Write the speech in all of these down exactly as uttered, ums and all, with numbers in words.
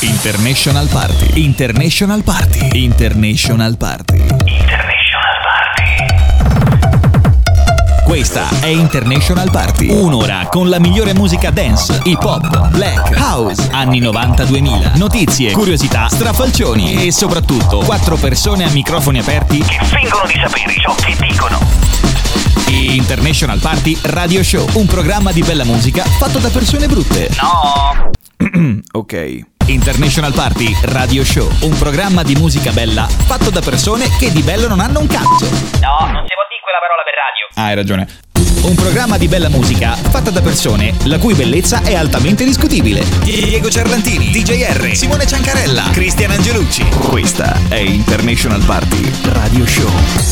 International Party. International Party. International Party. International Party. Questa è International Party. Un'ora con la migliore musica dance, hip hop, black, house, anni novanta duemila. Notizie, curiosità, strafalcioni e soprattutto quattro persone a microfoni aperti che fingono di sapere ciò che dicono. International Party Radio Show, un programma di bella musica fatto da persone brutte. No. Ok. International Party Radio Show, un programma di musica bella fatto da persone che di bello non hanno un cazzo. No, non si può dire quella parola per radio. Ah, hai ragione. Un programma di bella musica fatta da persone la cui bellezza è altamente discutibile. Diego Cerlantini, D J R, Simone Ciancarella, Cristian Angelucci. Questa è International Party Radio Show.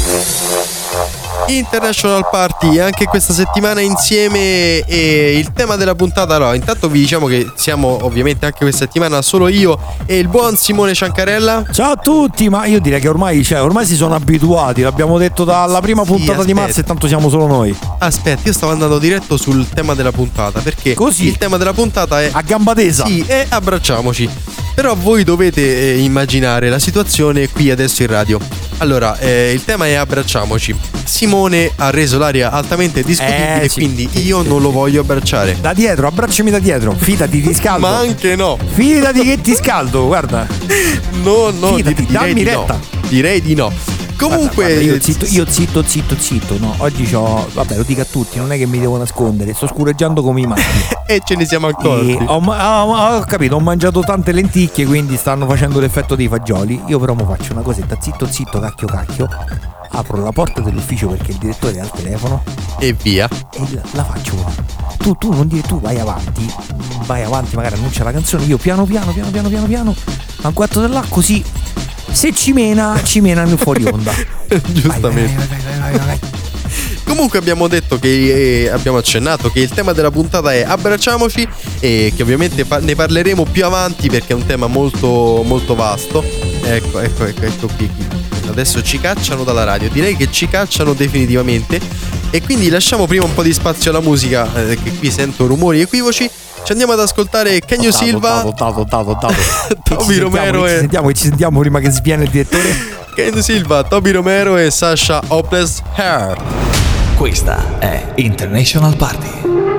International Party anche questa settimana insieme, e il tema della puntata, no, intanto vi diciamo che siamo ovviamente anche questa settimana solo io e il buon Simone Ciancarella. Ciao a tutti, ma io direi che ormai, cioè, ormai si sono abituati, l'abbiamo detto dalla prima puntata sì, di marzo e tanto siamo solo noi. Aspetta, io stavo andando diretto sul tema della puntata, perché così il tema della puntata è a gamba tesa. Sì, e abbracciamoci. Però voi dovete eh, immaginare la situazione qui adesso in radio. Allora, eh, il tema è abbracciamoci. Simone ha reso l'aria altamente discutibile, eh, sì, quindi sì, io sì, non sì. lo voglio abbracciare. Da dietro, abbracciami da dietro. Fidati, ti scaldo. Ma anche no. Fidati che ti scaldo, guarda. No, no, Fidati, di- dammi direi di retta. no. Direi di no. Comunque, guarda, guarda, io zitto, io zitto, zitto, zitto. No, oggi c'ho. Vabbè, lo dico a tutti, non è che mi devo nascondere. Sto scureggiando come i matti. E ce ne siamo accorti. E ho, ho, ho capito, ho mangiato tante lenticchie, quindi stanno facendo l'effetto dei fagioli. Io però mi faccio una cosetta, zitto, zitto, cacchio, cacchio. Apro la porta dell'ufficio perché il direttore è al telefono e via. E la, la faccio. Tu, tu non dire, tu vai avanti, vai avanti, magari annuncia la canzone. Io piano piano, piano piano, piano piano, manquato da là, così se ci mena, ci menano fuori onda. Giustamente. Vai, vai, vai, vai, vai, vai. Comunque abbiamo detto che eh, abbiamo accennato che il tema della puntata è abbracciamoci, e che ovviamente pa- ne parleremo più avanti perché è un tema molto molto vasto. Ecco, ecco, ecco, ecco qui, qui. Adesso ci cacciano dalla radio, direi che ci cacciano definitivamente, e quindi lasciamo prima un po' di spazio alla musica, eh, che qui sento rumori equivoci. Ci andiamo ad ascoltare Kenyo Dato, Silva, dato, dato, dato, dato. Toby Romero e ci sentiamo, ci sentiamo prima che sviene il direttore. Kenyo Silva, Toby Romero e Sasha Hopeless Heart. Questa è International Party.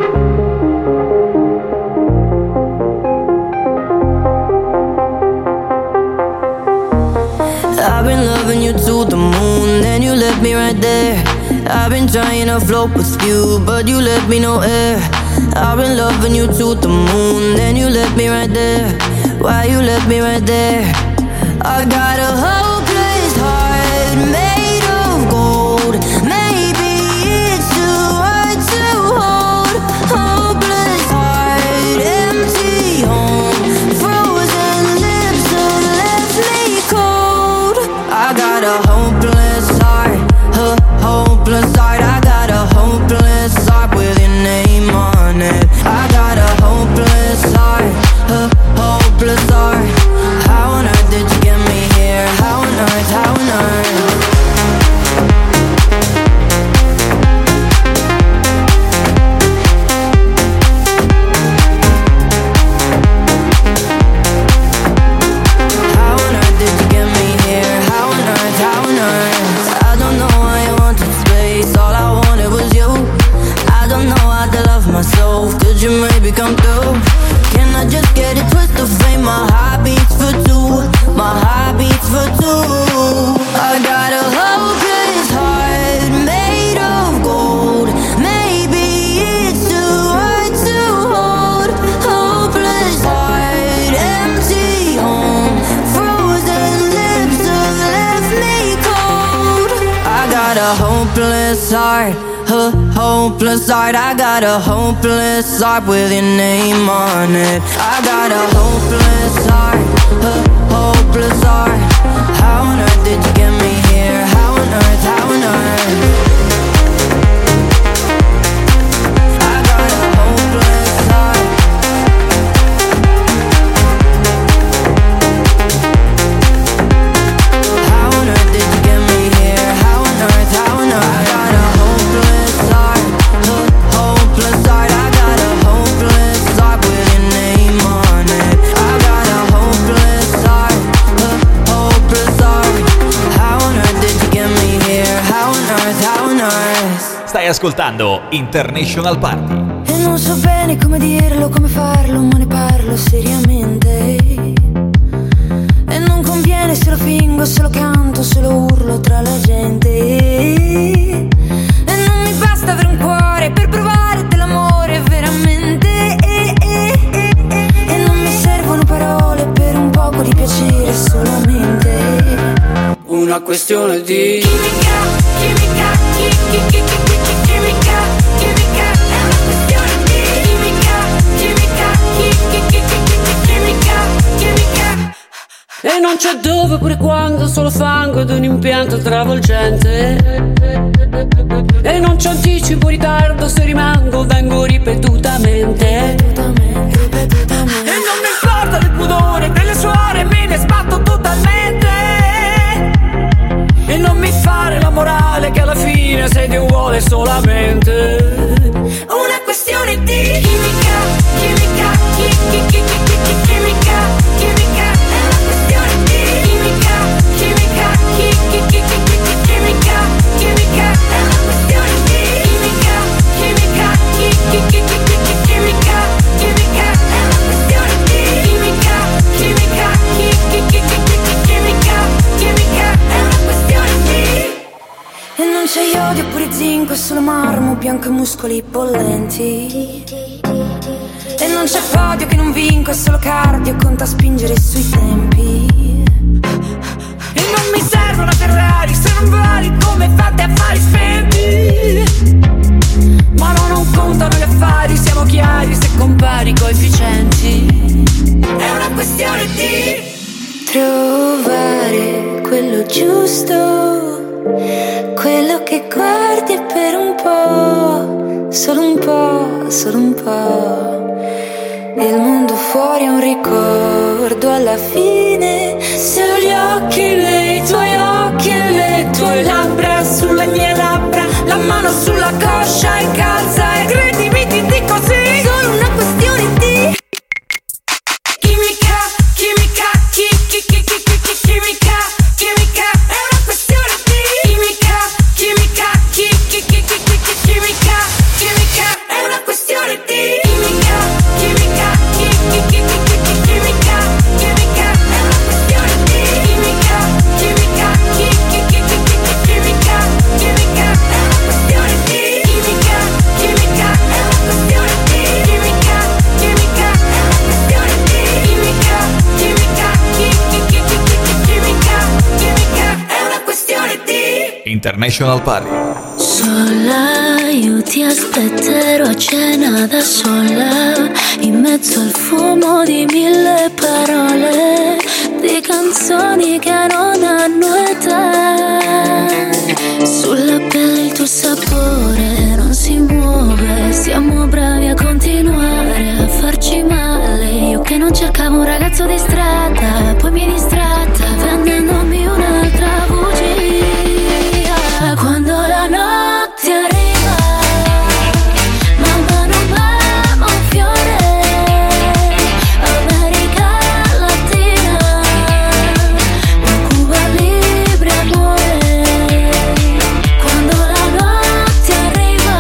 I've been loving you to the moon, then you left me right there. I've been trying to float with you, but you left me no air. I've been loving you to the moon, then you left me right there. Why you left me right there? I got a hopeless heart made of gold. Maybe it's too hard to hold. Hopeless heart, empty home. Frozen lips have left me cold. I got a hopeless heart, a hopeless heart. I got a hopeless heart with your name on it. I got a hopeless heart, a hopeless heart. How on earth did you get me here? How on earth, how on earth? How on earth did you get me here? How on earth, how on earth? I don't know why I wanted space. All I wanted was you. I don't know how to love myself. Could you maybe come through? Can I just get it twisted of fame? My heart beats for two. My heart beats for two. I got a hopeless heart made of gold. Maybe it's too hard to hold. Hopeless heart, empty home. Frozen lips have left me cold. I got a hopeless heart, a hopeless heart. I got a hopeless heart with your name on it. I got a hopeless heart, a hopeless heart. How on earth did you get me here? How on earth, how on earth? I got a hopeless heart. How on earth did you get me here? How on earth, how on earth? I got a hopeless heart, a hopeless heart. I got a hopeless heart with your name on it. I ascoltando International Party. E non so bene come dirlo, come farlo, ma ne parlo seriamente. E non conviene se lo fingo, se lo canto, se lo urlo tra la gente. E non mi basta avere un cuore per provare dell'amore veramente. E, e, e, e, e non mi servono parole per un poco di piacere solamente. Una questione di chimica, chimica, chi, chi, chi, chi, chi, chimica, chimica, è una questione di chimica, chimica, chi, chi, chi, chi, chi, chimica, chimica. E non c'è dove pure quando, solo fango ed un impianto travolgente. E non c'è anticipo, ritardo, se rimango vengo ripetutamente. Ripetutamente, ripetutamente. E non mi importa del pudore, delle suore, me ne sbatto totalmente. E non mi fare la morale che alla fine sei Dio vuole solamente. Una questione di chimica, chimica, chi, chi, chi, chi, chi, chimica, chimica, è una questione di chimica, chimica, chi, chi, chi, chi, chi, chimica, chimica, è una questione di chimica, chimica, chi, chi, chi, chi, chi, chimica, chimica, è una questione di chimica, chimica, chi, chi, chi, chi, chi, chimica, chimica, è una questione di. E non c'è iodio pure zinco, è solo marmo bianco e muscoli bollenti. E non c'è podio che non vinco, è solo cardio, conta spingere sui tempi. E non mi serve una Ferrari se non vali come fate affari spenti. Ma no, non contano gli affari, siamo chiari se compari i coefficienti. È una questione di trovare quello giusto, quello che guardi per un po', solo un po', solo un po'. Il mondo fuori è un ricordo alla fine. Se ho gli occhi nei tuoi occhi e le tue labbra sulle mie labbra, la mano sulla coscia e calza e credimi ti dico sì. Solo una questione di chimica, chimica, chi, chi, chi, chi, chi, chi, chimica, chimica, è una questione di chimica, chimica, chi, chi, chi, chi, chi, chi, chimica, chimica, è una questione di chimica, chimica, chi, chi, chi, chi, chi, chi, chimica, chimica, è una questione di chimica, chimica, chi, chi, chi, chi, chi, chi, chimica, chimica, è una questione di chimica, chimica, è una questione di chimica, chimica, è una questione di chimica, chimica, chi, chi, chi, chi, chi, chimica, chimica, è una questione di International Party. Sola, io ti aspetterò a cena da sola, in mezzo al fumo di mille parole, di canzoni che non hanno età. Sulla pelle il tuo sapore non si muove, siamo bravi a continuare a farci male. Io che non cercavo un ragazzo di strada, poi mi distratta vendendomi un'altra bugia. Quando la notte arriva, mamma non ama un fiore, America Latina, Cuba Libre amore. Quando la notte arriva,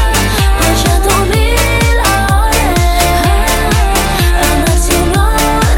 a centomila ore, amarsi un'ora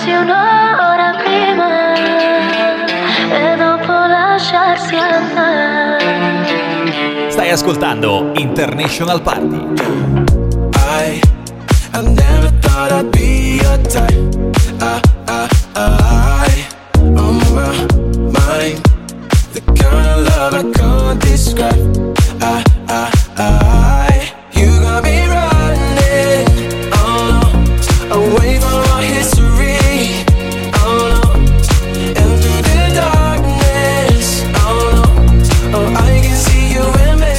svegliarsi un'ora prima e dopo lasciarsi andare. Stai ascoltando International Party. I, I never thought I'd be your type. I, I, I, on my mind, the kind of love I can't describe. I, I, I, you got me running, oh no, away from our history, oh no, and through the darkness, oh no, oh I can see you in me.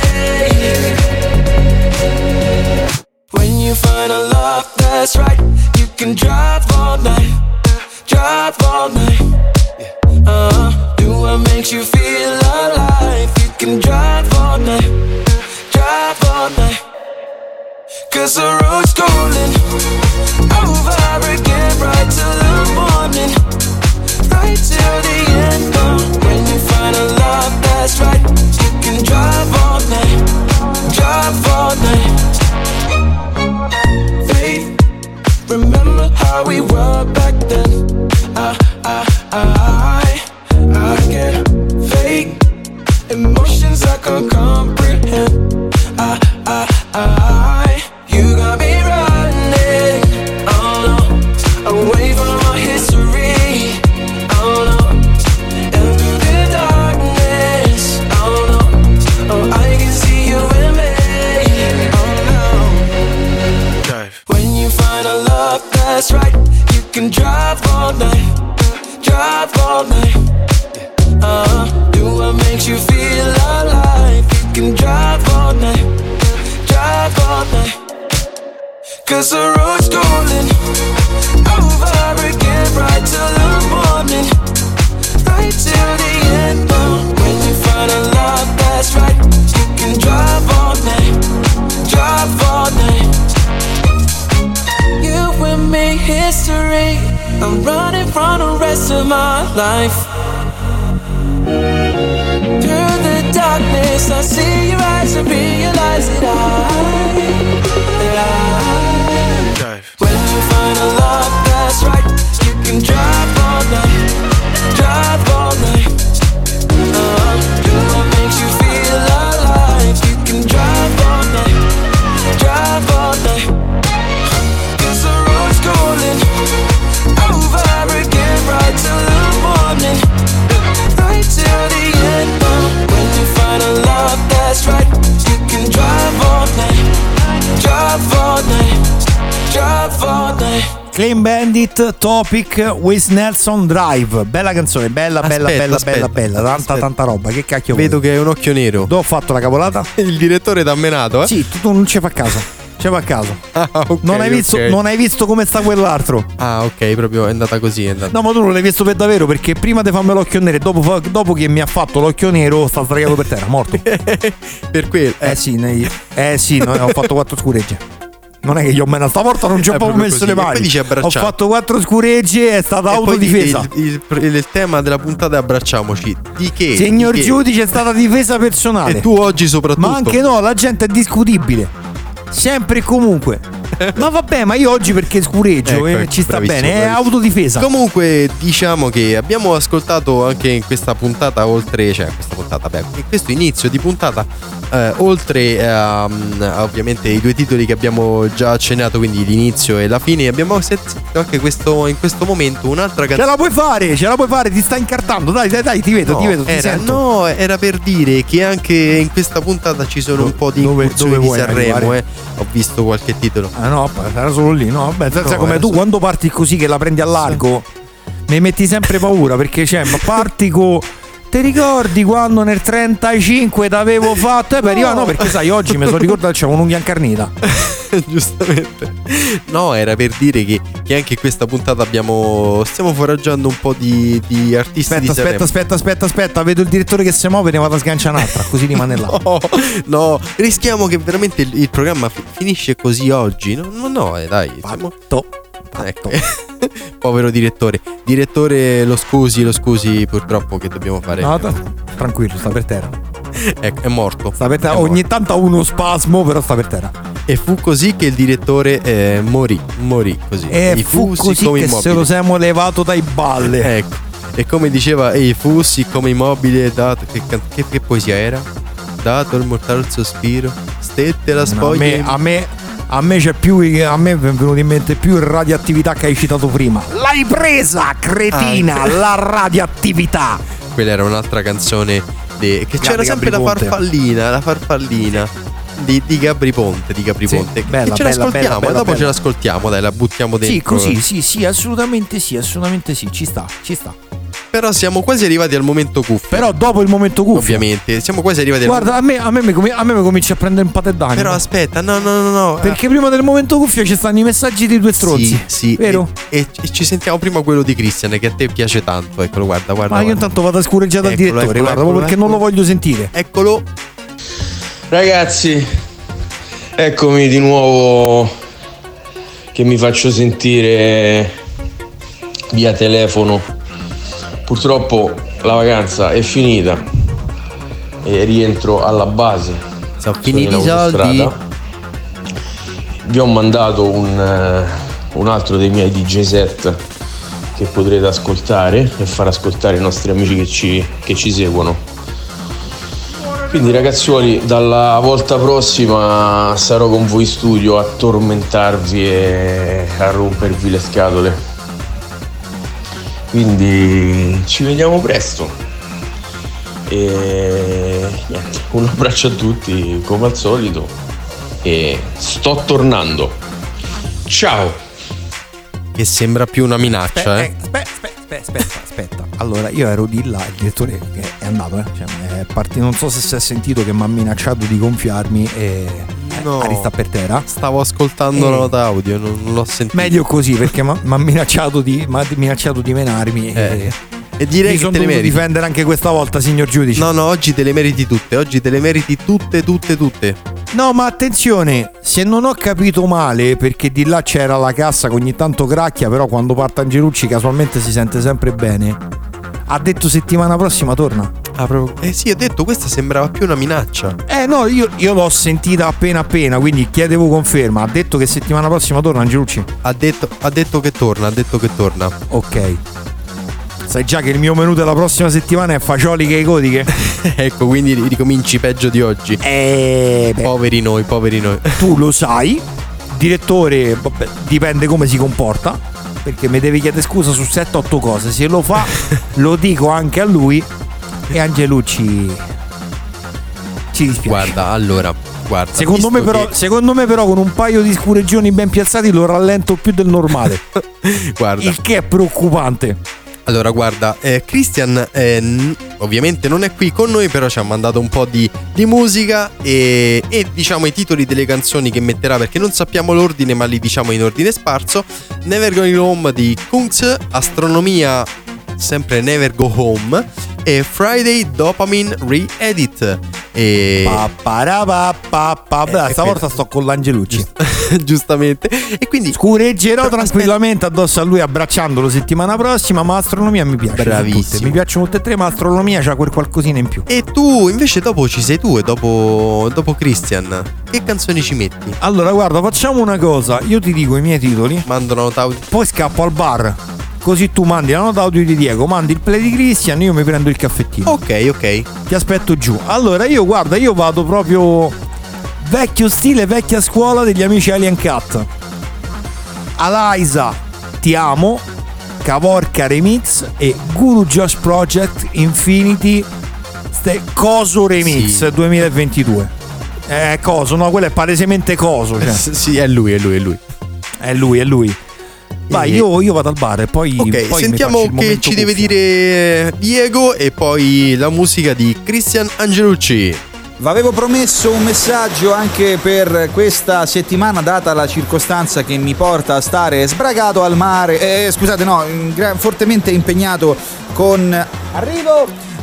When you find a love that's right, you can drive all night, drive all night. Uh, do what makes you feel alive. You can drive all night, drive all night. Cause the road's calling, over again, right till the morning, right till the end. Uh, when you find a love that's right, you can drive all night, drive all night. Faith, remember how we were back then. I, I, I, I get fake emotions I can't comprehend. I, I, I, you got me running, oh no, away from our history, oh no, and through the darkness, oh no, oh I can see you in me, oh no. Drive. When you find a love that's right, you can drive all night, drive all night. Uh, do what makes you feel alive. You can drive all night, drive all night. Cause the road's calling, over again, right till the morning, right till the end. Uh, when you find a love that's right, you can drive all night, drive all night. You and me, history. I'm running from the rest of my life. Through the darkness, I see your eyes and realize that I, that I drive. When you find a love that's right, you can drive all night, drive all night. Uh, do what makes you feel alive. You can drive all night, drive all night. Cause the road's calling, over again, right till the morning, right till the end. Uh, when you find a love that's right, you can drive all night, drive all night, drive all night. Clean Bandit, Topic, Wes Nelson, Drive. Bella canzone, bella, bella, Aspetta, bella, aspetta, bella, bella. Tanta, aspetta. tanta roba. Che cacchio Vedo vuoi? che hai un occhio nero. Dove ho fatto la cavolata? Il direttore t'ha menato, eh? Sì, tu, tu non ci fa caso. Ci fa caso. Ah, ok, non, hai visto, ok. non hai visto come sta quell'altro? Ah, ok, proprio è andata così, è andata. No, ma tu non l'hai visto per davvero, perché prima di farmi l'occhio nero e dopo, fa- dopo che mi ha fatto l'occhio nero sta sdraiato per terra, morto. Per quello. Eh, eh sì, nei- eh sì, no, ho fatto quattro scuregge. Non è che io ho meno stavolta non ci ho È proprio proprio messo così. le E poi mani. dici Ho abbracciamo. fatto quattro scuregge, è stata E poi autodifesa. Il, il, il, il tema della puntata è abbracciamoci. Di che? Signor Di che? giudice, è stata difesa personale. E tu oggi soprattutto. Ma anche no, la gente è discutibile. Sempre e comunque. Ma vabbè, ma io oggi perché scureggio, Ecco, eh, ecco, ci sta bravissimo, bene, è bravissimo. autodifesa. Comunque diciamo che abbiamo ascoltato anche in questa puntata, oltre, cioè questa puntata, beh, in questo inizio di puntata, eh, oltre ehm, ovviamente i due titoli che abbiamo già accennato, quindi l'inizio e la fine, abbiamo sentito anche questo, in questo momento un'altra Ce canzone. la puoi fare, ce la puoi fare, ti sta incartando. Dai, dai, dai, ti vedo, No, ti vedo, ti era, sento. no, era per dire che anche in questa puntata ci sono Do- un po' di dove- incursioni dove di vuoi Sanremo, arrivare? eh. Ho visto qualche titolo. Ah no, era solo lì, no? Vabbè, sai No, come era tu solo- quando parti così che la prendi a largo, mi metti sempre paura perché c'è, ma parti con. Ti ricordi quando nel trentacinque t'avevo fatto? E poi arriva, no, perché sai, oggi mi sono ricordato che c'avevo un'unghia incarnita. Giustamente. No, era per dire che, che anche in questa puntata abbiamo stiamo foraggiando un po' di, di artisti Aspetta, di aspetta, Sanremo. aspetta, aspetta, aspetta, vedo il direttore che si muove e ne vado a sganciare un'altra, così rimane là. No, no, rischiamo che veramente il, il programma fi- finisce così oggi. No, no, no eh, dai. Siamo... Fatto. Ecco. Povero direttore. Direttore, lo scusi, lo scusi purtroppo che dobbiamo fare. No, t- tranquillo, sta per terra. Ecco, è morto. Sta per terra. È Ogni morto. tanto ha uno spasmo, però sta per terra. E fu così che il direttore eh, morì, morì così. E I fu fussi così come che immobili. se lo siamo levato dai balle. Ecco. E come diceva, e i fussi come immobile dato. Che, che, che poesia era? Dato il mortal sospiro, stette la No, a spoglia. me, a me A me c'è più, a me è venuto in mente più radioattività che hai citato prima. L'hai presa, cretina, Ah. la radioattività. Quella era un'altra canzone de- che Grande c'era sempre Gabri la Ponte. farfallina, la farfallina di, di Gabri Ponte, di Gabri Sì, Ponte. bella, che ce bella, l'ascoltiamo, bella, bella, e dopo bella. ce l'ascoltiamo, dai, la buttiamo dentro. Sì, così, sì, sì, assolutamente sì, assolutamente sì, ci sta, ci sta. Però siamo quasi arrivati al momento cuffia. Però dopo il momento cuffia. Ovviamente, siamo quasi arrivati al Guarda, a me, a me, mi, comi- a me mi comincia a prendere un paté d'animo. Però aspetta, no, no, no, no. Perché prima del momento cuffia ci stanno i messaggi di due stronzi. Sì, sì. Vero? E, e- e ci sentiamo prima quello di Christian, che a te piace tanto. Eccolo, guarda, guarda. Ma io guarda. intanto vado a scureggiare al Eccolo, direttore, eccolo, guarda, eccolo, perché non lo eccolo. voglio sentire. Eccolo. Ragazzi, eccomi di nuovo che mi faccio sentire via telefono. Purtroppo la vacanza è finita e rientro alla base. Sono Sono finiti in i soldi. autostrada. Vi ho mandato un, eh, un altro dei miei D J set che potrete ascoltare e far ascoltare i nostri amici che ci, che ci seguono. Quindi ragazzuoli, dalla volta prossima sarò con voi in studio a tormentarvi e a rompervi le scatole. Quindi ci vediamo presto. E niente, un abbraccio a tutti come al solito e sto tornando. Ciao! Che sembra più una minaccia, eh. Aspetta, aspetta, aspetta, aspetta. Allora, io ero di là, il direttore che è andato, eh. Cioè, è partito, non so se si è sentito che mi ha minacciato di gonfiarmi e No. a rista per terra. Stavo ascoltando Eh. la nota audio, non, non l'ho sentito. Meglio così, perché mi ha minacciato di m'ha minacciato di menarmi Eh. e E direi mi che sono te le dovuto meriti. difendere anche questa volta, signor giudice. No, no, oggi te le meriti tutte. Oggi te le meriti tutte, tutte, tutte. No, ma attenzione, se non ho capito male, perché di là c'era la cassa che ogni tanto cracchia, però quando parte Angelucci casualmente si sente sempre bene. Ha detto settimana prossima torna. Ah, proprio. Eh sì, ho detto, questa sembrava più una minaccia. Eh no, io, io l'ho sentita appena appena, quindi chiedevo conferma. Ha detto che settimana prossima torna Angelucci. Ha detto, ha detto che torna, ha detto che torna. Ok. Sai già che il mio menù della prossima settimana è facioliche e codiche? Ecco, quindi ricominci peggio di oggi. Eh, beh, Poveri noi, poveri noi. tu lo sai. Direttore, vabbè, dipende come si comporta, perché mi devi chiedere scusa su sette otto cose. Se lo fa, lo dico anche a lui. E Angelucci ci dispiace. Guarda, allora, guarda. Secondo me, visto però, che- secondo me però con un paio di scureggioni ben piazzati lo rallento più del normale. Guarda. Il che è preoccupante. Allora, guarda, eh, Christian eh, n- ovviamente non è qui con noi, però ci ha mandato un po' di, di musica e, e diciamo i titoli delle canzoni che metterà, perché non sappiamo l'ordine, ma li diciamo in ordine sparso. Never Going Home di Kungs, Astronomia, sempre Never Go Home, e Friday Dopamine Re-Edit. E Pa, pa, pa, pa, pa, beh, Eh, stavolta sto con l'Angelucci. giustamente. E quindi Scureggerò Però, tranquillamente addosso a lui abbracciandolo settimana prossima, ma Astronomia mi piace. Bravissimo. Tutte. Mi piacciono tutte e tre, ma Astronomia c'ha quel qualcosina in più. E tu invece dopo ci sei tu e dopo, dopo Christian, che canzoni ci metti? Allora, guarda, facciamo una cosa. Io ti dico i miei titoli, Mando una nota audio. poi scappo al bar. Così tu mandi la nota audio di Diego, mandi il play di Christian, io mi prendo il caffettino. Ok, ok. Ti aspetto giù. Allora, io guarda, io vado proprio vecchio stile, vecchia scuola degli amici Alien Cat. Alaisa, Ti amo, Cavorca Remix e Guru Josh Project Infinity ste Coso Remix Sì. duemilaventidue. Eh, Coso, no, quello è palesemente Coso, cioè. S- sì, è lui, è lui, è lui. È lui, è lui. Vai, E- io, io vado al bar e poi, Ok, poi mi faccio sentiamo il che momento ci deve cuffia. dire Diego e poi la musica di Christian Angelucci. V'avevo promesso un messaggio anche per questa settimana, data la circostanza che mi porta a stare sbragato al mare, eh, scusate no, gra- fortemente impegnato con... Arrivo!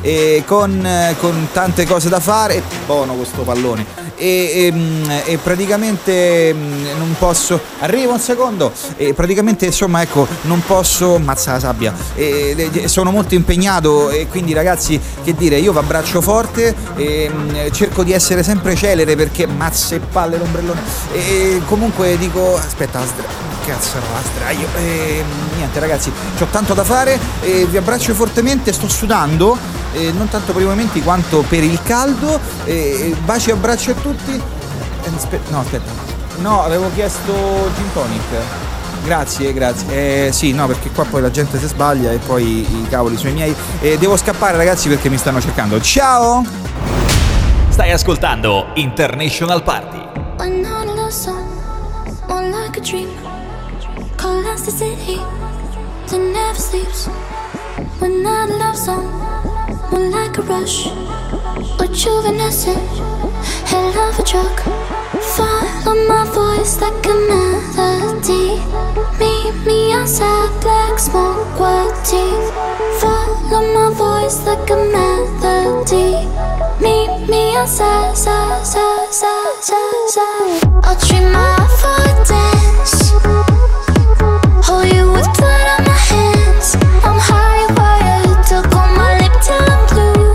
e con, eh, con tante cose da fare. Buono questo pallone. E, e, e praticamente non posso. Arrivo un secondo. E praticamente insomma ecco non posso. Mazza la sabbia. E, e, sono molto impegnato e quindi ragazzi che dire, io vi abbraccio forte e cerco di essere sempre celere perché mazze e palle l'ombrellone. E comunque dico aspetta la stra... cazzo no la sdraio. E, niente ragazzi, c'ho tanto da fare e vi abbraccio fortemente, sto sudando. Eh, non tanto per i movimenti quanto per il caldo. Eh, baci e abbracci a tutti. Eh, aspe- no, aspetta. No, avevo chiesto gin tonic. Grazie, grazie. Eh, sì, no, perché qua poi la gente si sbaglia e poi i cavoli sono i miei. Eh, devo scappare, ragazzi, perché mi stanno cercando. Ciao! Stai ascoltando International Party. One night of love song, more like a dream. Collapse the city, that never sleeps. One night of love song, more like a rush. Rejuvenescent, head of a truck. Follow my voice like a melody. Meet me outside, black smoke, white teeth. Follow my voice like a melody. Meet me outside, side, side, side, side, side. I'll treat my heart for a dance. Hold you with blood on my hands. I'm high wired, took on my lip till I'm blue.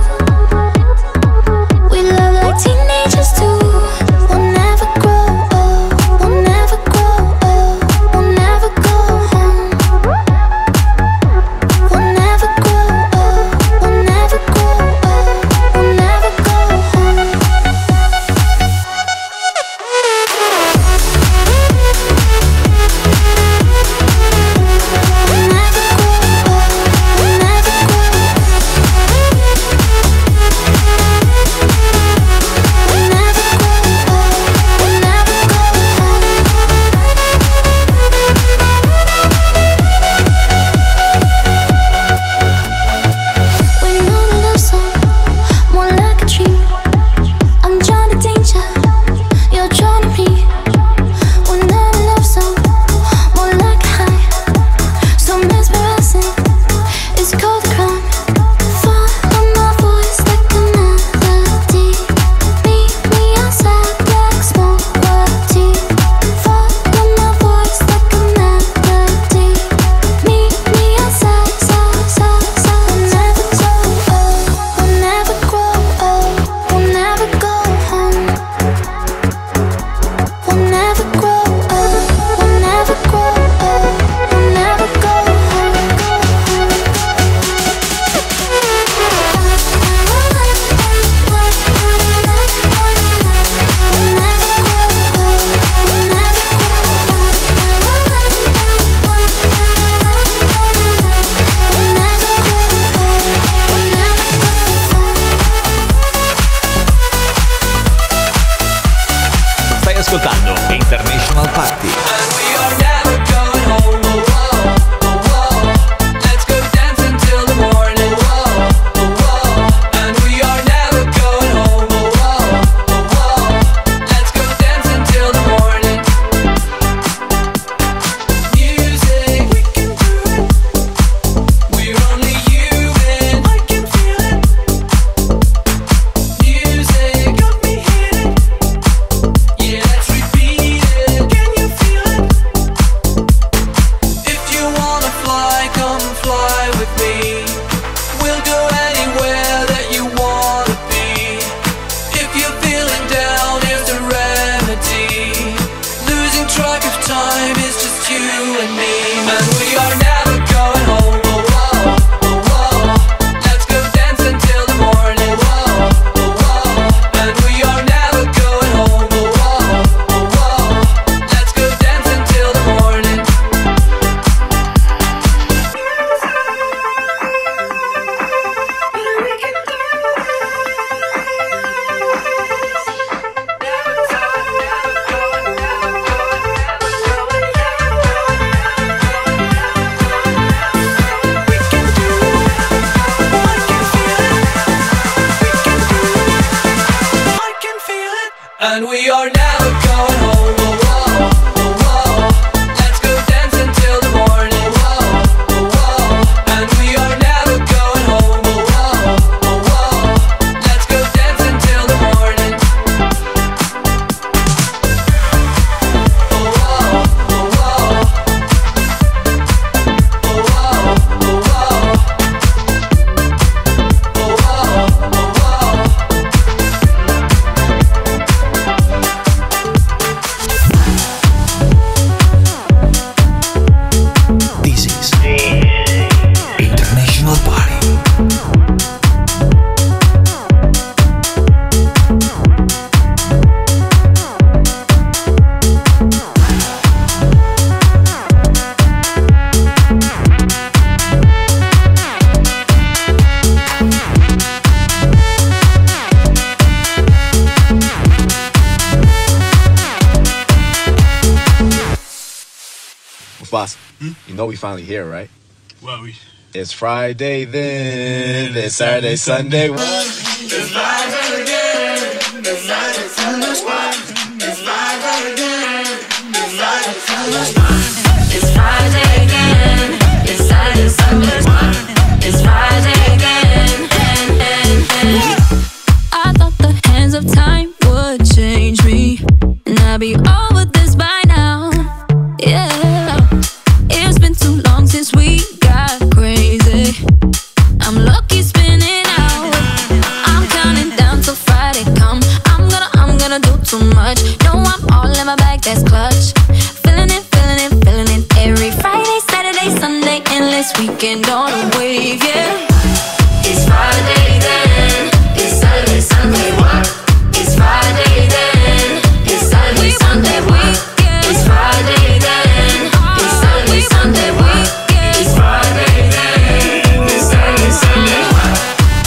We love like teenagers too. We'll never grow old, we'll never grow old, we'll never go home. We'll never grow old, we'll never grow old, we'll never go home. Boss, hmm? You know we finally here, right? Well, we... It's Friday then, it's Saturday, Sunday. It's Friday again, it's Saturday, Sunday. It's Friday again, it's Saturday, Sunday. It's Friday again, it's Saturday, Sunday. It's Friday again, and, and, and. I thought the hands of time would change me, and I'd be over this by now. Yeah, it's been too long since we got crazy. I'm lucky spinning out. I'm counting down till Friday come. I'm gonna, I'm gonna do too much. No, I'm all in my bag, that's clutch. Feeling it, feeling it, feeling it. Every Friday, Saturday, Sunday, endless weekend on a wave, yeah. It's Friday then, it's Saturday, Sunday, what? It's Friday then, it's Saturday, Sunday, what? It's Friday then, it's Saturday, Sunday, what? It's Friday then, it's Saturday, Sunday, what?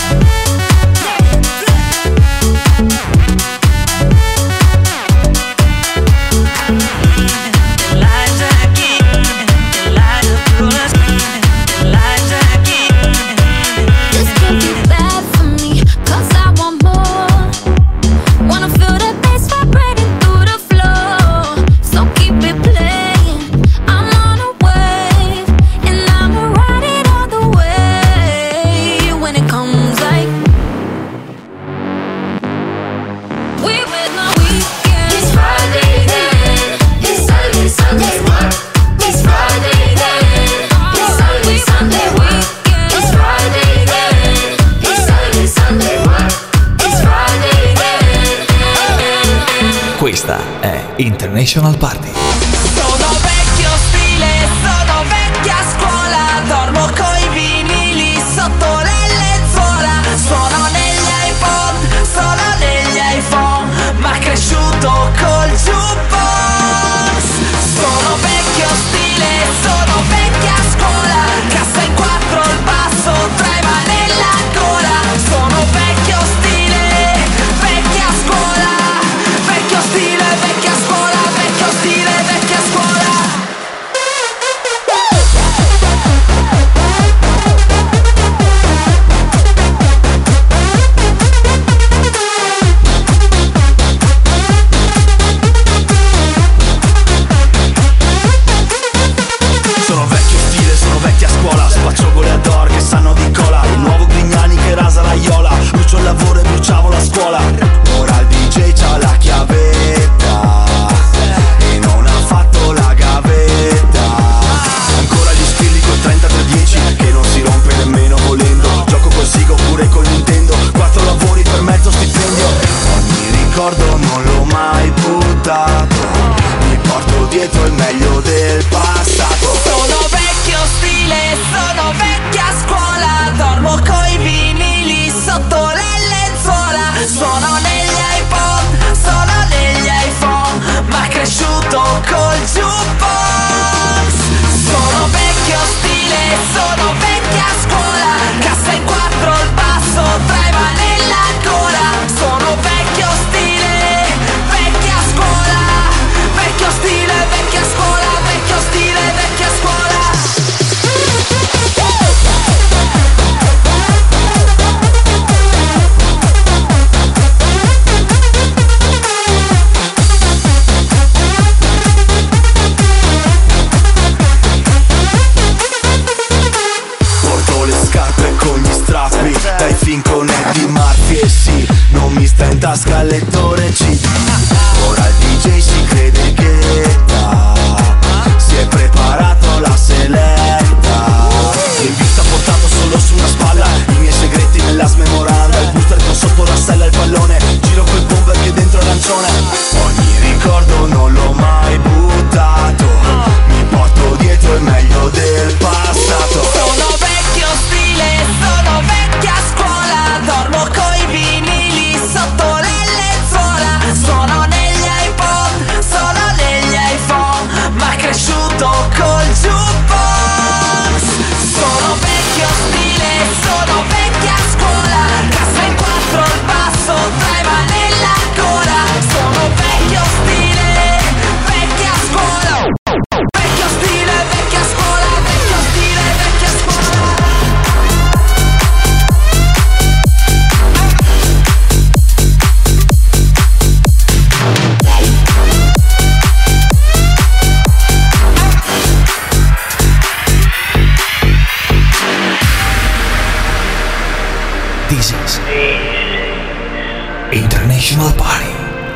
This can't be bad for me, 'cause I want more. Wanna feel the bass vibrating through the floor. So keep it playing. I'm on a wave, and I'ma ride it all the way. When it comes like we with my weekend. It's Friday then, it's Saturday, Sunday, what? It's Friday then, it's Saturday, Sunday, what? It's Friday then, it's Saturday, Sunday, what? It's Friday then. Questa è International Party. Sono vecchio stile, sono vecchia scuola. Dormo coi vinili sotto le lenzuola. Suono negli iPod, solo negli iPhone. Ma cresciuto col jukebox. Sono vecchio stile, sono vecchia scuola. Cassa in quattro, il basso trema nella gola. Sono vecchio stile, vecchia scuola. Vecchio stile, vecchia scuola. Vecchio stile, vecchia scuola. Sono vecchio stile, sono vecchia scuola. Spaccio goleador che sanno di cola. Il nuovo Grignani che rasa la iola. Brucio il lavoro e bruciavo la scuola. Ora il D J c'ha la chiavetta e non ha fatto la gavetta. Ancora gli spilli col trentatré dieci che non si rompe nemmeno volendo. Gioco col Siga oppure col Nintendo. Quattro lavori per mezzo stipendio. Ogni ricordo non l'ho mai buttato. Mi porto dietro il meglio del passato. Sono vecchio stile, sono vecchia scuola. Dormo coi vinili sotto le lenzuola. Suono negli iPod, solo negli iPhone. Ma cresciuto col jukebox. Sono vecchio stile, sono vecchia scuola. Cassa in quattro, il basso trema nella gola. Sono vecchio stile, vecchia scuola. Vecchio stile, vecchia scuola. Vecchio stile, vecchia scuola. Porto le scarpe con gli strappi dai film con Eddie Murphy. E sì, non mi sta in tasca il lettore C D. Ora il D J si crede che si è preparato la seletta. In vista portato solo su una spalla i miei segreti nella smemoranda. Il booster con sotto la sella e il pallone. Giro col bomber che dentro arancione. Ogni ricordo non l'ho mai buttato. Mi porto dietro il meglio del passato. Sono vecchio stile, sono vecchia scuola. Dormo coi vinili sotto le lenzuola. Suono negli iPod, solo negli iPhone. Ma cresciuto col jukebox. Sono vecchio stile, sono vecchia scuola. Cassa in quattro, il basso trema nella gola. Sono vecchio stile, vecchia scuola. Vecchio stile, This is International Party.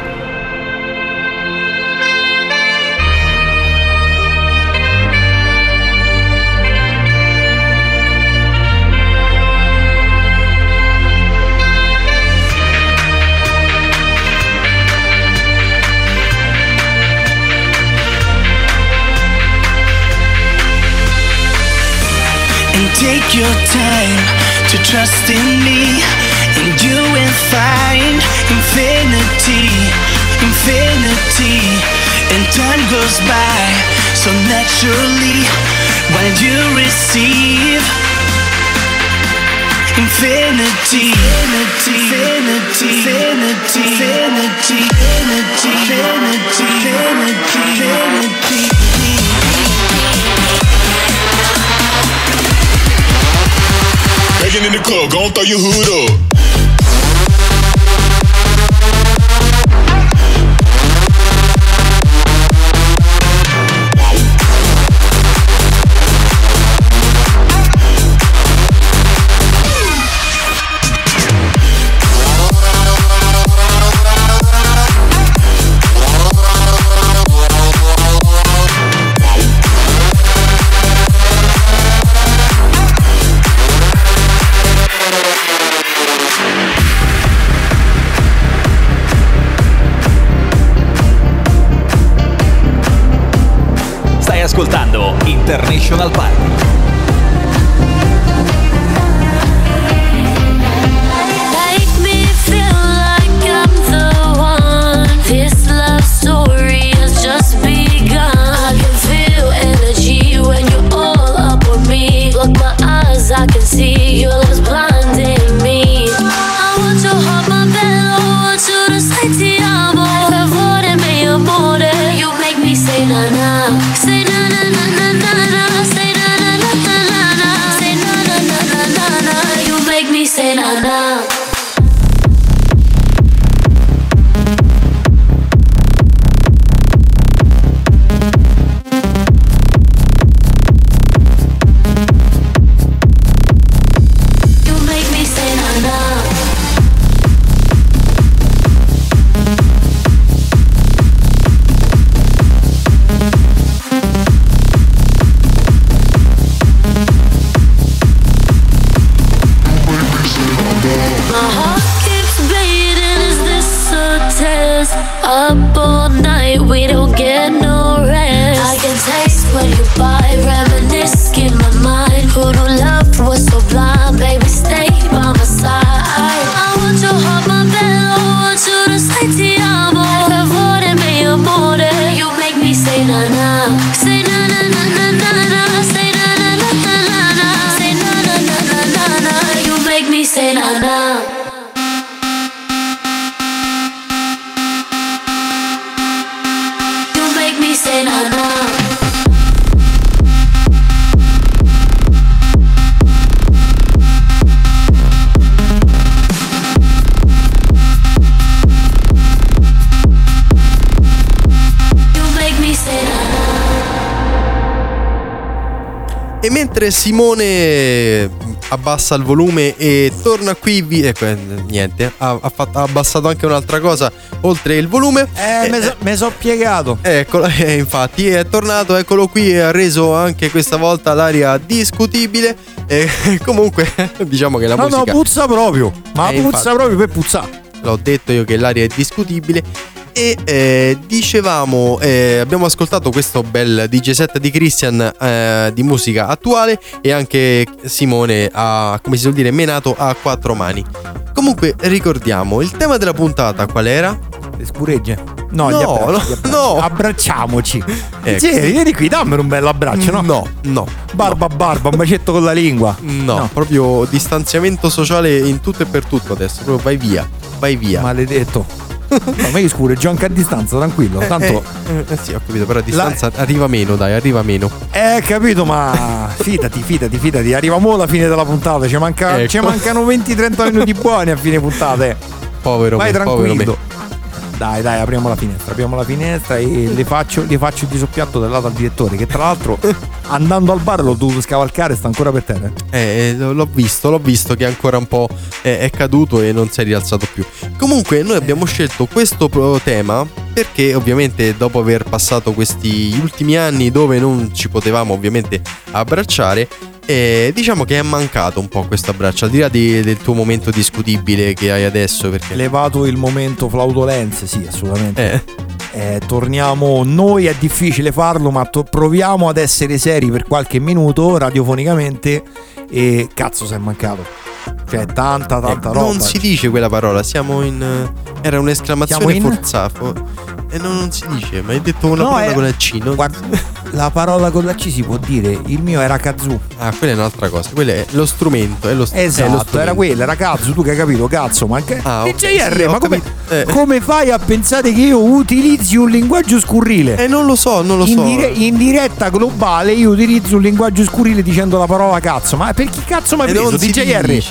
And take your time to trust in me, and you will find infinity, infinity. And time goes by so naturally while you receive infinity, infinity, infinity, infinity, infinity, infinity, infinity, infinity. Begging in the club, gon' throw your hood up. Ascoltando International Party. Make me feel like I'm the one. This love story has just begun. I can feel energy when you're all up on me. Look, my eyes, I can see your love's blinding me. I want your heart, my bello. I want you to say ti amo. Per favore, mi amore. You make me say na na, say na. Say na na. You make me say na na. Up all night, we don't get no rest. I can taste when you bite, reminisce in my mind. Who knew love was so blind, baby, stay by my side. I want your heart, my bello, I want you to say ti amo. Per favore, mi amore. You make me say na na, say na na na na na na, say na na na na na na, say na na na na na na. You make me say na na. Say na na. E mentre Simone abbassa il volume e torna qui, vi- ecco, eh, niente, ha, ha, fatto, ha abbassato anche un'altra cosa oltre il volume. Eh, mi so, eh, so piegato. Eccolo, eh, infatti è tornato, eccolo qui, e ha reso anche questa volta l'aria discutibile. E comunque diciamo che la no, musica... No, puzza proprio, ma eh, puzza infatti, proprio per puzzare. L'ho detto io che l'aria è discutibile. E eh, dicevamo, eh, abbiamo ascoltato questo bel D J set di Christian eh, di musica attuale, e anche Simone ha, come si suol dire, menato a quattro mani. Comunque ricordiamo, il tema della puntata qual era? Le scuregge. No, no, gli abbracci, no, gli abbracci. no. Abbracciamoci. Ecco. Sì, vieni qui, dammi un bel abbraccio, no? No, no. Barba a barba, un bacetto con la lingua. No, No. proprio distanziamento sociale in tutto e per tutto adesso. Proprio vai via, vai via. Maledetto. No, ma io scuregge anche a distanza, tranquillo. Tanto. Eh, eh, sì, ho capito, però a distanza arriva meno, dai, arriva meno. Eh, capito, ma fidati, fidati, fidati. Arriva mo' la fine della puntata. Ci, manca, Ecco. ci mancano venti trenta minuti buoni a fine puntata. eh. Povero Vai me, povero tranquillo. me. Dai, dai, apriamo la finestra, apriamo la finestra e le faccio, le faccio di soppiatto del lato al direttore, che tra l'altro andando al bar l'ho dovuto scavalcare, sta ancora per terra. Eh, l'ho visto, l'ho visto che ancora un po' è, è caduto e non si è rialzato più. Comunque noi abbiamo scelto questo tema perché ovviamente dopo aver passato questi ultimi anni dove non ci potevamo ovviamente abbracciare, e diciamo che è mancato un po' questo abbraccio, al di là di, del tuo momento discutibile che hai adesso, perché levato il momento flautolense, sì, assolutamente. Eh. Eh, torniamo, noi è difficile farlo, ma to- proviamo ad essere seri per qualche minuto radiofonicamente. E cazzo, si è mancato. Cioè, tanta, tanta eh, roba. Non si dice quella parola, siamo in. Era un'esclamazione in... forzata. E non, non si dice, ma hai detto una no, parola è... con la C. Non... Guarda, la parola con la C si può dire. Il mio era kazoo. Ah, quella è un'altra cosa. Quello è lo strumento. È lo st- esatto, è lo strumento. Era quella, era cazzo. Tu che hai capito, cazzo. Ma anche ah, D J R, okay, sì, ma come, eh. come fai a pensare che io utilizzi un linguaggio scurrile? Eh, non lo so, non lo in so. Dire- in diretta globale io utilizzo un linguaggio scurrile dicendo la parola cazzo. Ma per chi cazzo mi hai preso, D J R?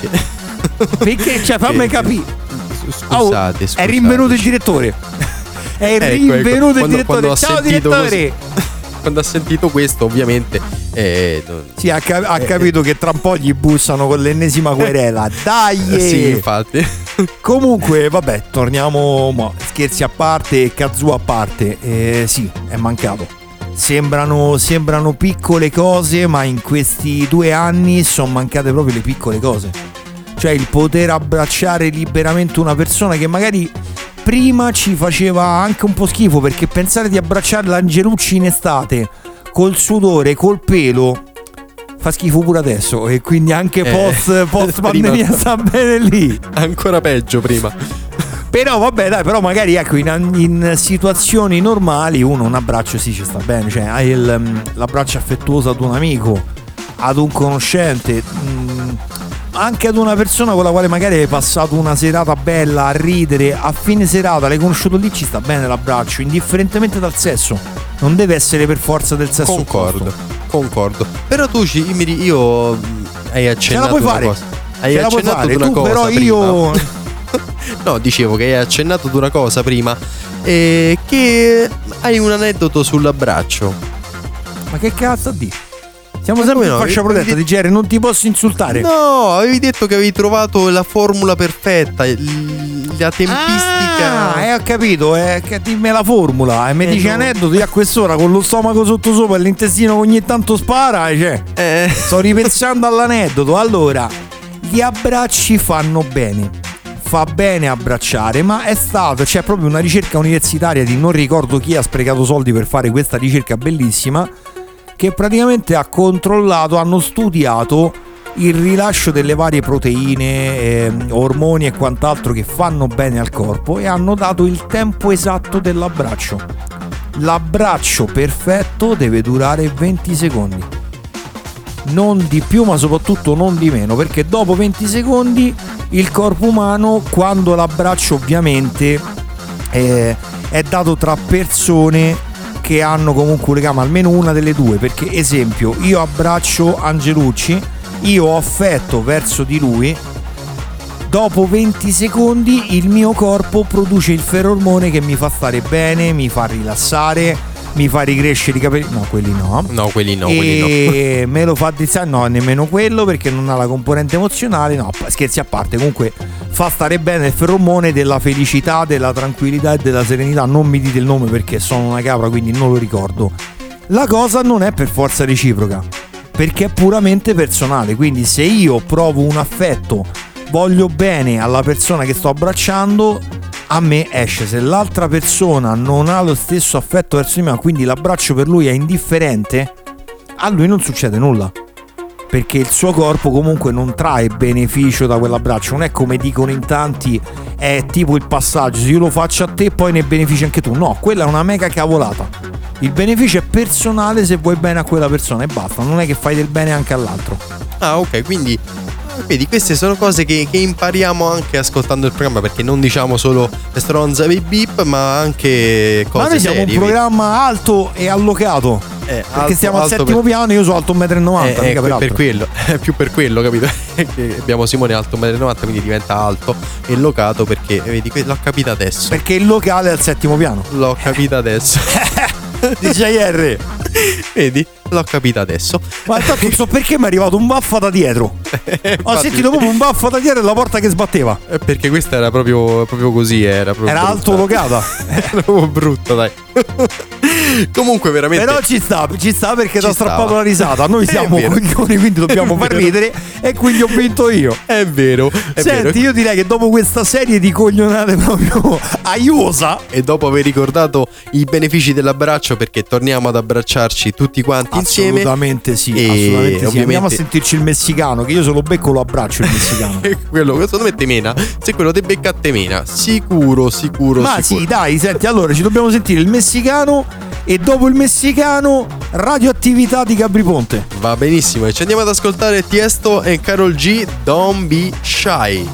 Perché, cioè, fammi capire. Scusate, oh, scusate. È rinvenuto il direttore. È ecco, rinvenuto ecco. il Quando, direttore. quando Ciao così, direttore. quando ha sentito questo, ovviamente eh, non... Sì, ha, cap- ha capito che tra un po' gli bussano con l'ennesima querela. Dai! Sì, infatti. Comunque, vabbè, torniamo. Mo, scherzi a parte, kazoo a parte. Eh, sì, è mancato. Sembrano, sembrano piccole cose, ma in questi due anni sono mancate proprio le piccole cose. Cioè il poter abbracciare liberamente una persona che magari prima ci faceva anche un po' schifo, perché pensare di abbracciare l'Angelucci in estate col sudore, col pelo, fa schifo pure adesso, e quindi anche eh, post, post pandemia sta bene lì. Ancora peggio prima. Però vabbè, dai, però magari ecco in, in situazioni normali uno un abbraccio sì ci sta bene, cioè hai il, l'abbraccio affettuoso ad un amico, ad un conoscente, mh, anche ad una persona con la quale magari hai passato una serata bella a ridere, a fine serata l'hai conosciuto lì, ci sta bene l'abbraccio, indifferentemente dal sesso, non deve essere per forza del sesso concordo opposto. Concordo. Però tu ci, io hai accennato una fare. cosa hai Ce la puoi accennato fare, ad una tu, cosa però prima. io no, dicevo che hai accennato ad una cosa prima, eh, che hai un aneddoto sull'abbraccio. Ma che cazzo di? Siamo Ma sempre in no, fascia protetta, D J R, non ti posso insultare. No, avevi detto che avevi trovato la formula perfetta, l- la tempistica. Ah, eh, ho capito, eh, che dimmi la formula. E mi Eh, dici no. aneddoti a quest'ora con lo stomaco sottosopra e l'intestino che ogni tanto spara, cioè. Eh. Sto ripensando all'aneddoto. Allora, gli abbracci fanno bene. Fa bene abbracciare, ma è stato, c'è proprio una ricerca universitaria di non ricordo chi ha sprecato soldi per fare questa ricerca bellissima, che praticamente ha controllato, hanno studiato il rilascio delle varie proteine, eh, ormoni e quant'altro che fanno bene al corpo, e hanno dato il tempo esatto dell'abbraccio. L'abbraccio perfetto deve durare venti secondi, non di più, ma soprattutto non di meno, perché dopo venti secondi il corpo umano, quando l'abbraccio ovviamente eh, è dato tra persone che hanno comunque un legame, almeno una delle due, perché esempio io abbraccio Angelucci, io ho affetto verso di lui, dopo venti secondi il mio corpo produce il ferormone che mi fa stare bene, mi fa rilassare, mi fa ricrescere i capelli, no quelli no, No, quelli no, e quelli no. me lo fa dizzare, no nemmeno quello, perché non ha la componente emozionale, no, scherzi a parte, comunque fa stare bene il feromone della felicità, della tranquillità e della serenità. Non mi dite il nome perché sono una capra, quindi non lo ricordo. La cosa non è per forza reciproca, perché è puramente personale, quindi se io provo un affetto, voglio bene alla persona che sto abbracciando, a me esce. Se l'altra persona non ha lo stesso affetto verso di me, quindi l'abbraccio per lui è indifferente, a lui non succede nulla, perché il suo corpo comunque non trae beneficio da quell'abbraccio. Non è come dicono in tanti, è tipo il passaggio, se io lo faccio a te poi ne benefici anche tu. No, quella è una mega cavolata. Il beneficio è personale se vuoi bene a quella persona e basta, non è che fai del bene anche all'altro. Ah, ok, quindi vedi, queste sono cose che, che impariamo anche ascoltando il programma, perché non diciamo solo le stronze e i beep, ma anche cose ma noi siamo serie. un programma alto e allocato. Eh, perché alto- siamo al alto settimo per- piano, io sono alto un metro e novanta, Eh, mica eh, per per, altro. quello, è più per quello, capito? Che abbiamo Simone alto un metro e novanta, quindi diventa alto e locato perché, vedi, que- l'ho capito adesso. Perché il locale è al settimo piano. L'ho capito adesso. D J R. Vedi? L'ho capito adesso. Ma intanto non so perché mi è arrivato un baffo da dietro. Ho Infatti- sentito proprio un baffo da dietro e la porta che sbatteva. Eh, Perché questa era proprio, proprio così, era proprio Era brutta. alto locata. Era proprio brutta, dai. Comunque veramente Però ci sta, ci sta perché ti Ci ha strappato stava. la risata. Noi È siamo vero. coglioni, quindi dobbiamo È far vero. ridere. E quindi ho vinto io. È vero, è Senti, vero. io direi che dopo questa serie di coglionate proprio aiosa, E dopo aver ricordato i benefici dell'abbraccio, perché torniamo ad abbracciarci tutti quanti insieme. assolutamente sì, E assolutamente sì. ovviamente- Andiamo a sentirci il messicano, che io se lo becco lo abbraccio il messicano. E quello che secondo me te mena, se quello te becca a te mena, sicuro, sicuro, Ma sicuro. sì, dai, senti, allora ci dobbiamo sentire il messicano e dopo il messicano radioattività di Gabri Ponte. Va benissimo, e ci andiamo ad ascoltare Tiesto e Karol G, Don't Be Shy.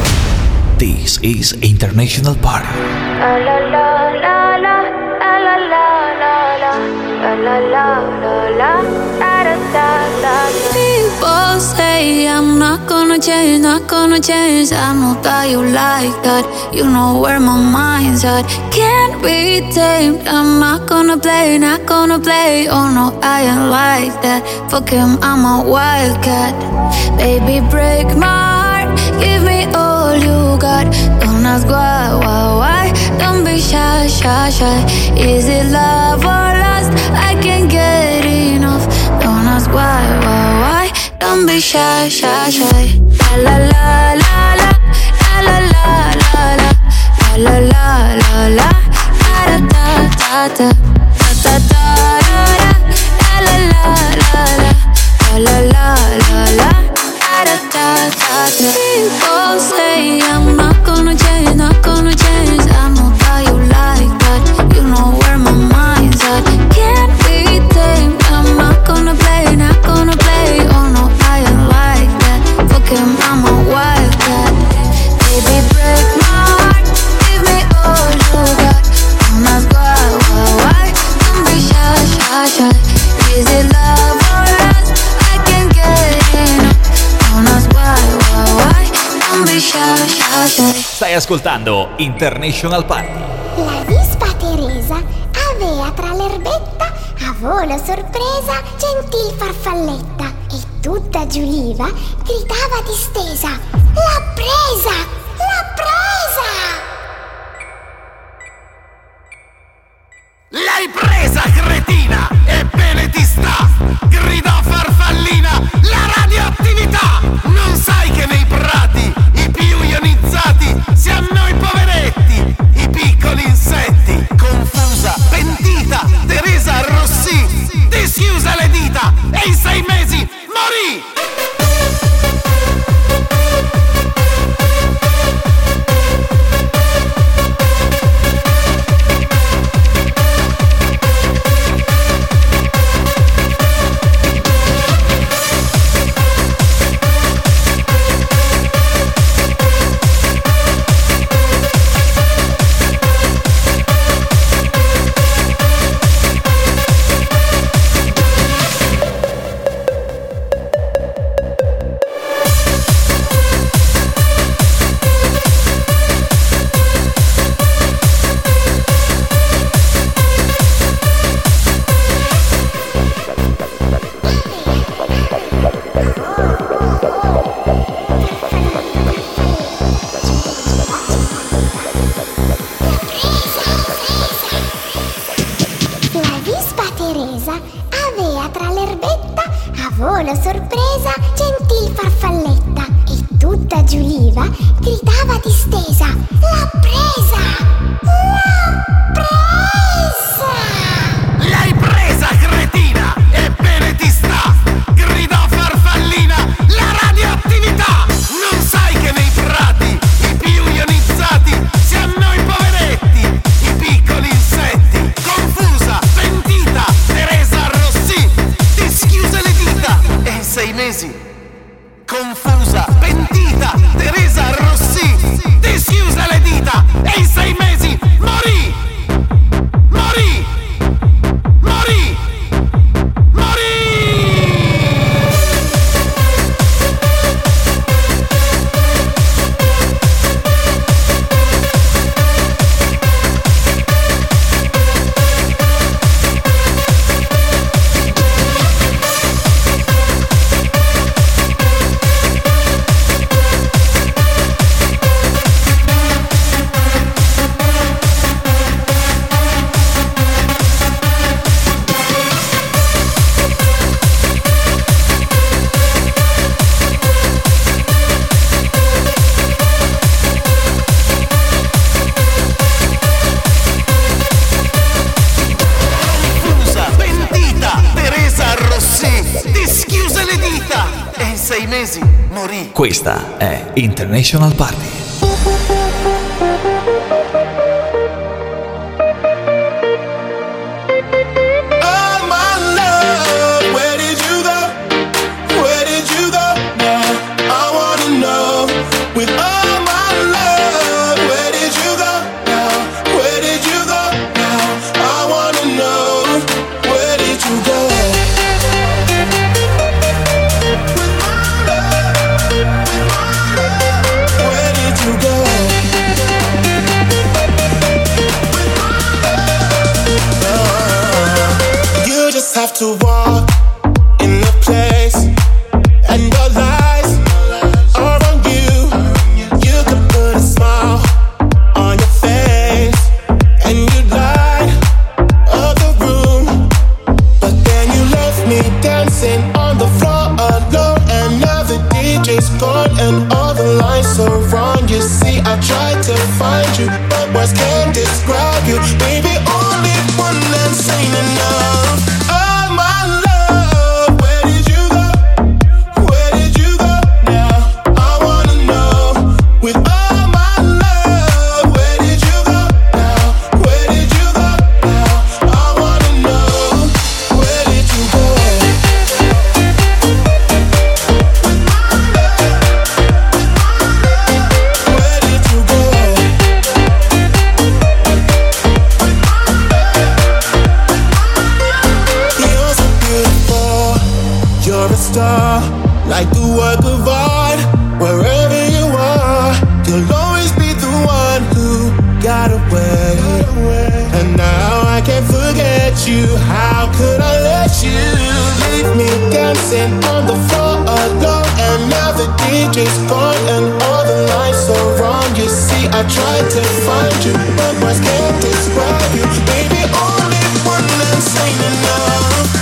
This is International Party. La la la la la, la la la la la, la la la la, da da da da. People say I'm not gonna change, not gonna change. I know that you like that. You know where my mind's at. Can't be tamed. I'm not gonna play, not gonna play. Oh no, I ain't like that. Fuck him, I'm a wildcat. Baby, break my heart. Give me all you got. Don't ask why, why, why. Don't be shy, shy, shy. Is it love or lust? I can't get enough. Don't ask why, why, why. Don't be shy, shy, shy. La la la la la, la la la la la, la la la la la, da da da da, da da da da, la la la la la, la la la la, da da da da. People say I'm not gonna change, not gonna change. I know that you like that. You know where my mind's at. Can't be tamed. I'm not gonna play, not gonna play. Oh no, I ain't like that. Fuck him, I'm a wildcat. Baby, break my heart. Give me all you got. Don't ask why, why, why. Don't be shy, shy, shy. Is it love or lust? I can't get enough. Don't ask why, why, why. Don't be shy, shy, shy. Stai ascoltando International Party. La vispa Teresa avea tra l'erbetta a volo sorpresa gentil farfalletta e tutta giuliva gridava distesa: l'ha presa! L'ha presa! L'hai presa, cretina! Ebbene ti sta! Gridò farfallina! La radioattività! Non sai che nei prati i più ionizzati siamo noi poveretti, i piccoli insetti! Confusa, pentita, Teresa arrossì, dischiuse le dita e in sei mesi morì! La vispa Teresa avea tra l'erbetta a volo sorpresa gentil farfalletta e tutta giuliva gridava distesa: l'ha presa! L'ha presa! L'hai presa, cretina! Ebbene ti sta! Gridò farfallina! La radioattività! Non sai che nei prati i più ionizzati siamo noi poveretti, i piccoli insetti! Confusa, pentita, Teresa arrossì, dischiuse le dita e in sei mesi. Confusa, pentita, Teresa arrossì, dischiuse le dita e in sei mesi morì! Morì! Morì! le dita e in sei mesi morì. Questa è International Party. Have to walk in the place, and your lies are on you. You could put a smile on your face, and you light up the room, but then you left me dancing on the floor alone. And now the D J's gone, and all the lights are wrong. You see, I tried to find you, but words can't describe you. Baby, only one that's ain't enough. Like the work of art, wherever you are, you'll always be the one who got away. And now I can't forget you. How could I let you leave me dancing on the floor alone? And now the D J's gone and all the lights are wrong. You see, I tried to find you, but words can't describe you. Baby, only one that's ain't enough.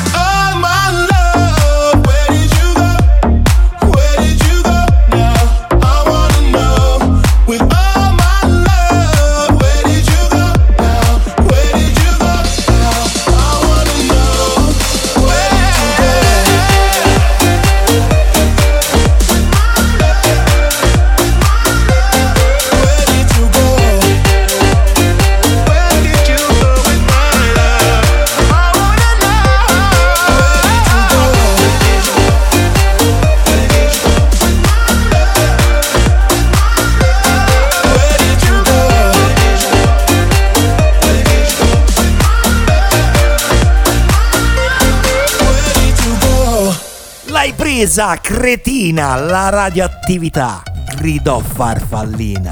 Presa cretina, la radioattività, gridò Farfallina.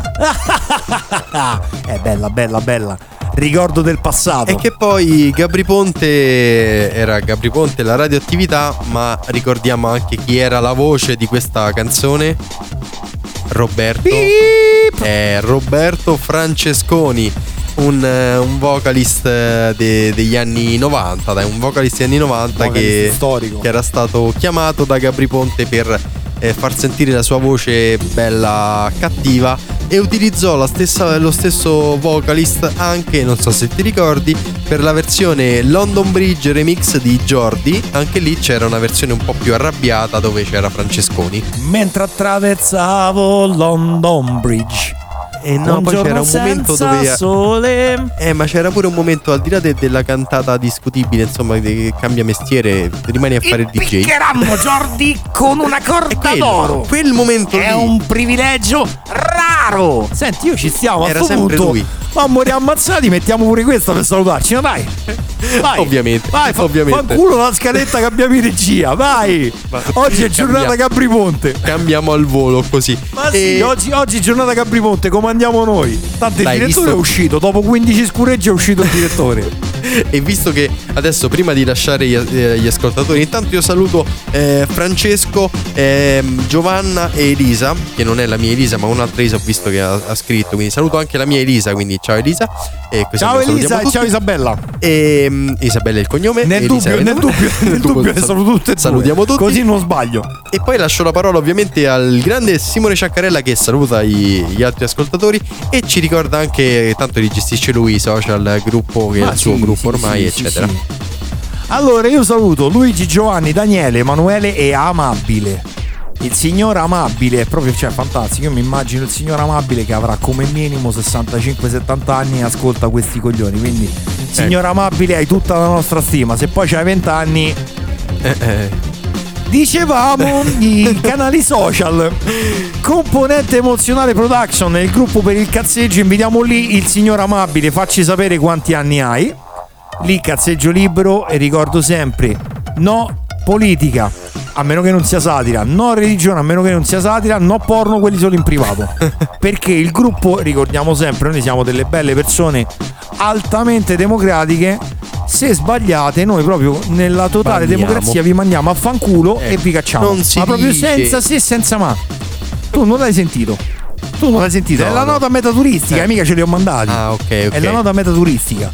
È bella, bella, bella. Ricordo del passato. E che poi Gabri Ponte era Gabri Ponte, la radioattività, ma ricordiamo anche chi era la voce di questa canzone. Roberto eh, Roberto Francesconi, un, un vocalist de, degli anni novanta, dai, un vocalist degli anni novanta che, che era stato chiamato da Gabri Ponte per eh, far sentire la sua voce bella cattiva, e utilizzò la stessa, lo stesso vocalist anche, non so se ti ricordi, per la versione London Bridge remix di Jordi. Anche lì c'era una versione un po' più arrabbiata dove c'era Francesconi. Mentre attraversavo London Bridge. E no, poi c'era un momento dove sole. Eh, ma c'era pure un momento, al di là de- della cantata discutibile, insomma, che cambia mestiere, rimani a fare il D J. Piccherammo Jordi con una corda quello, d'oro. Quel momento è lì. un privilegio raro. Senti, io ci stiamo. Era a sto sempre punto, lui. Ma moriamo ammazzati, mettiamo pure questa per salutarci. No, dai. Vai. Ovviamente. Vai, fa, ovviamente. fa culo la scaletta che abbiamo in regia. Vai. Ma oggi è giornata Gabri Ponte. Cambiamo al volo così. Ma e... sì, oggi, oggi è giornata Gabri Ponte, comandiamo noi. Tanto il Dai, direttore visto... è uscito. Dopo quindici scureggi è uscito il direttore. E visto che adesso, prima di lasciare gli, eh, gli ascoltatori, intanto io saluto eh, Francesco, eh, Giovanna e Elisa, che non è la mia Elisa ma un'altra Elisa, ho visto che ha, ha scritto, quindi saluto anche la mia Elisa, quindi ciao Elisa. E ciao Elisa e ciao Isabella. E, um, Isabella è il cognome. Nel Elisa dubbio, nel dubbio, nel dubbio le saluto tutte e due. Salutiamo tutti, così non sbaglio. E poi lascio la parola ovviamente al grande Simone Ciaccarella, che saluta i, gli altri ascoltatori e ci ricorda anche, tanto li gestisce lui, i social, gruppo, che ah, è il suo sì, gruppo sì, ormai, sì, eccetera. sì, sì. Allora io saluto Luigi, Giovanni, Daniele, Emanuele e Amabile. Il signor Amabile è proprio, cioè, fantastico. Io mi immagino il signor Amabile che avrà come minimo sessantacinque settanta anni e ascolta questi coglioni. Quindi, eh. signor Amabile, hai tutta la nostra stima. Se poi c'hai venti anni, eh, eh. dicevamo i canali social. Componente Emozionale Production, il gruppo per il cazzeggio. Invitiamo lì il signor Amabile. Facci sapere quanti anni hai. Lì cazzeggio libero. E ricordo sempre: no politica, a meno che non sia satira, no religione, a meno che non sia satira, no porno, quelli solo in privato. Perché il gruppo, ricordiamo sempre, noi siamo delle belle persone altamente democratiche. Se sbagliate, noi proprio nella totale Bagniamo. democrazia vi mandiamo a fanculo eh, e vi cacciamo. Non si ma proprio dice. senza se senza ma. Tu non l'hai sentito. Tu non l'hai sentito. No, è la no. nota metaturistica, eh. mica ce li ho mandati. Ah, ok, ok. È la nota metaturistica.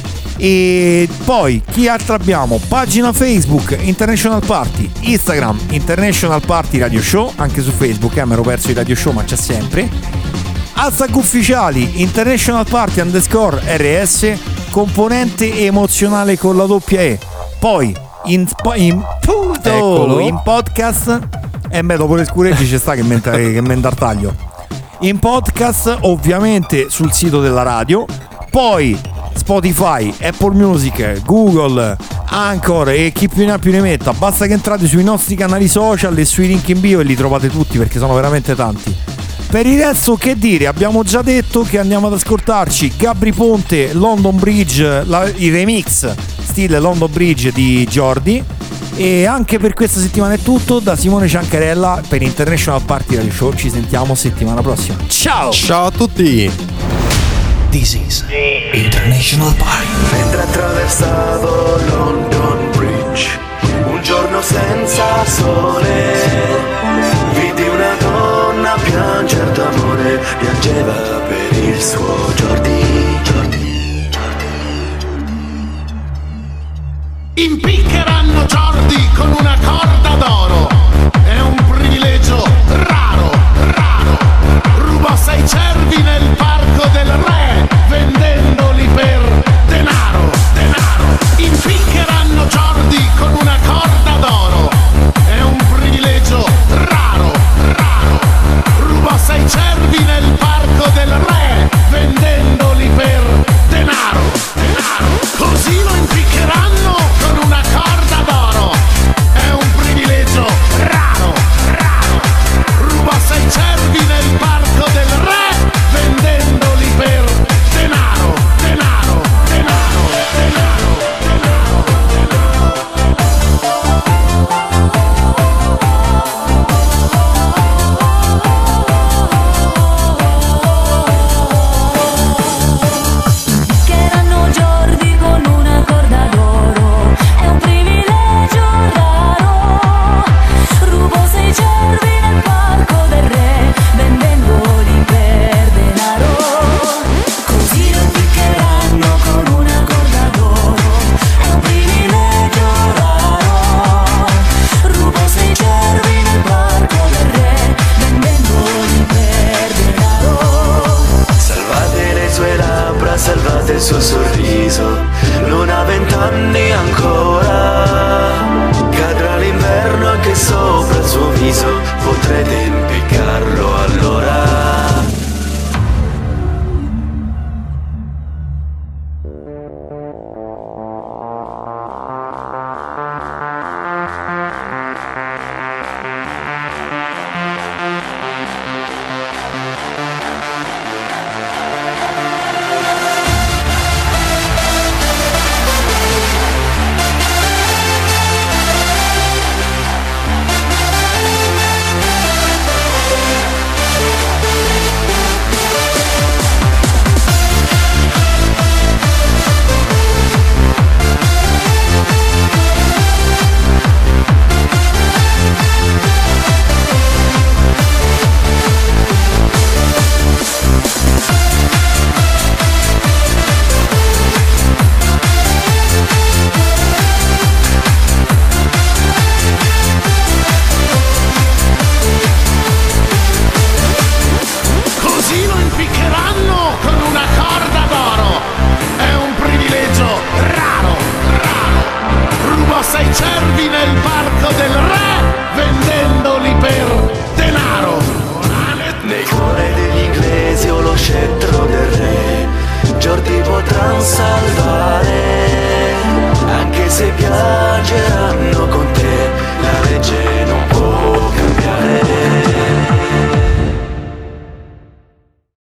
E poi chi altro abbiamo? Pagina Facebook International Party, Instagram International Party Radio Show, anche su Facebook, eh, mi ero perso il radio show ma c'è sempre. Hashtag ufficiali International Party underscore R S, componente emozionale con la doppia E. Poi in, in, in, in podcast e eh, beh dopo le scureggi ci sta che mentartaglio. In podcast ovviamente sul sito della radio, poi Spotify, Apple Music, Google, Anchor e chi più ne ha più ne metta. Basta che entrate sui nostri canali social e sui link in bio e li trovate tutti perché sono veramente tanti. Per il resto che dire, abbiamo già detto che andiamo ad ascoltarci Gabri Ponte, London Bridge, la, il remix stile London Bridge di Jordi. E anche per questa settimana è tutto da Simone Ciancarella per International Party Radio Show. Ci sentiamo settimana prossima. Ciao! Ciao a tutti! This is International Party. Mentre attraversavo London Bridge, un giorno senza sole, vidi una donna pianger d'amore, piangeva per il suo Jordi, Jordi, Jordi. Impiccheranno Jordi con una corda d'oro, è un privilegio raro, raro. Rubò sei cervi nel parco del re, vendendoli per denaro, denaro. Impiccheranno Jordi con una corda d'oro, è un privilegio raro, raro. Rubò sei cervi nel parco del re, vendendoli per denaro, denaro. Così lo impiccheranno con una corda d'oro, è un non salvare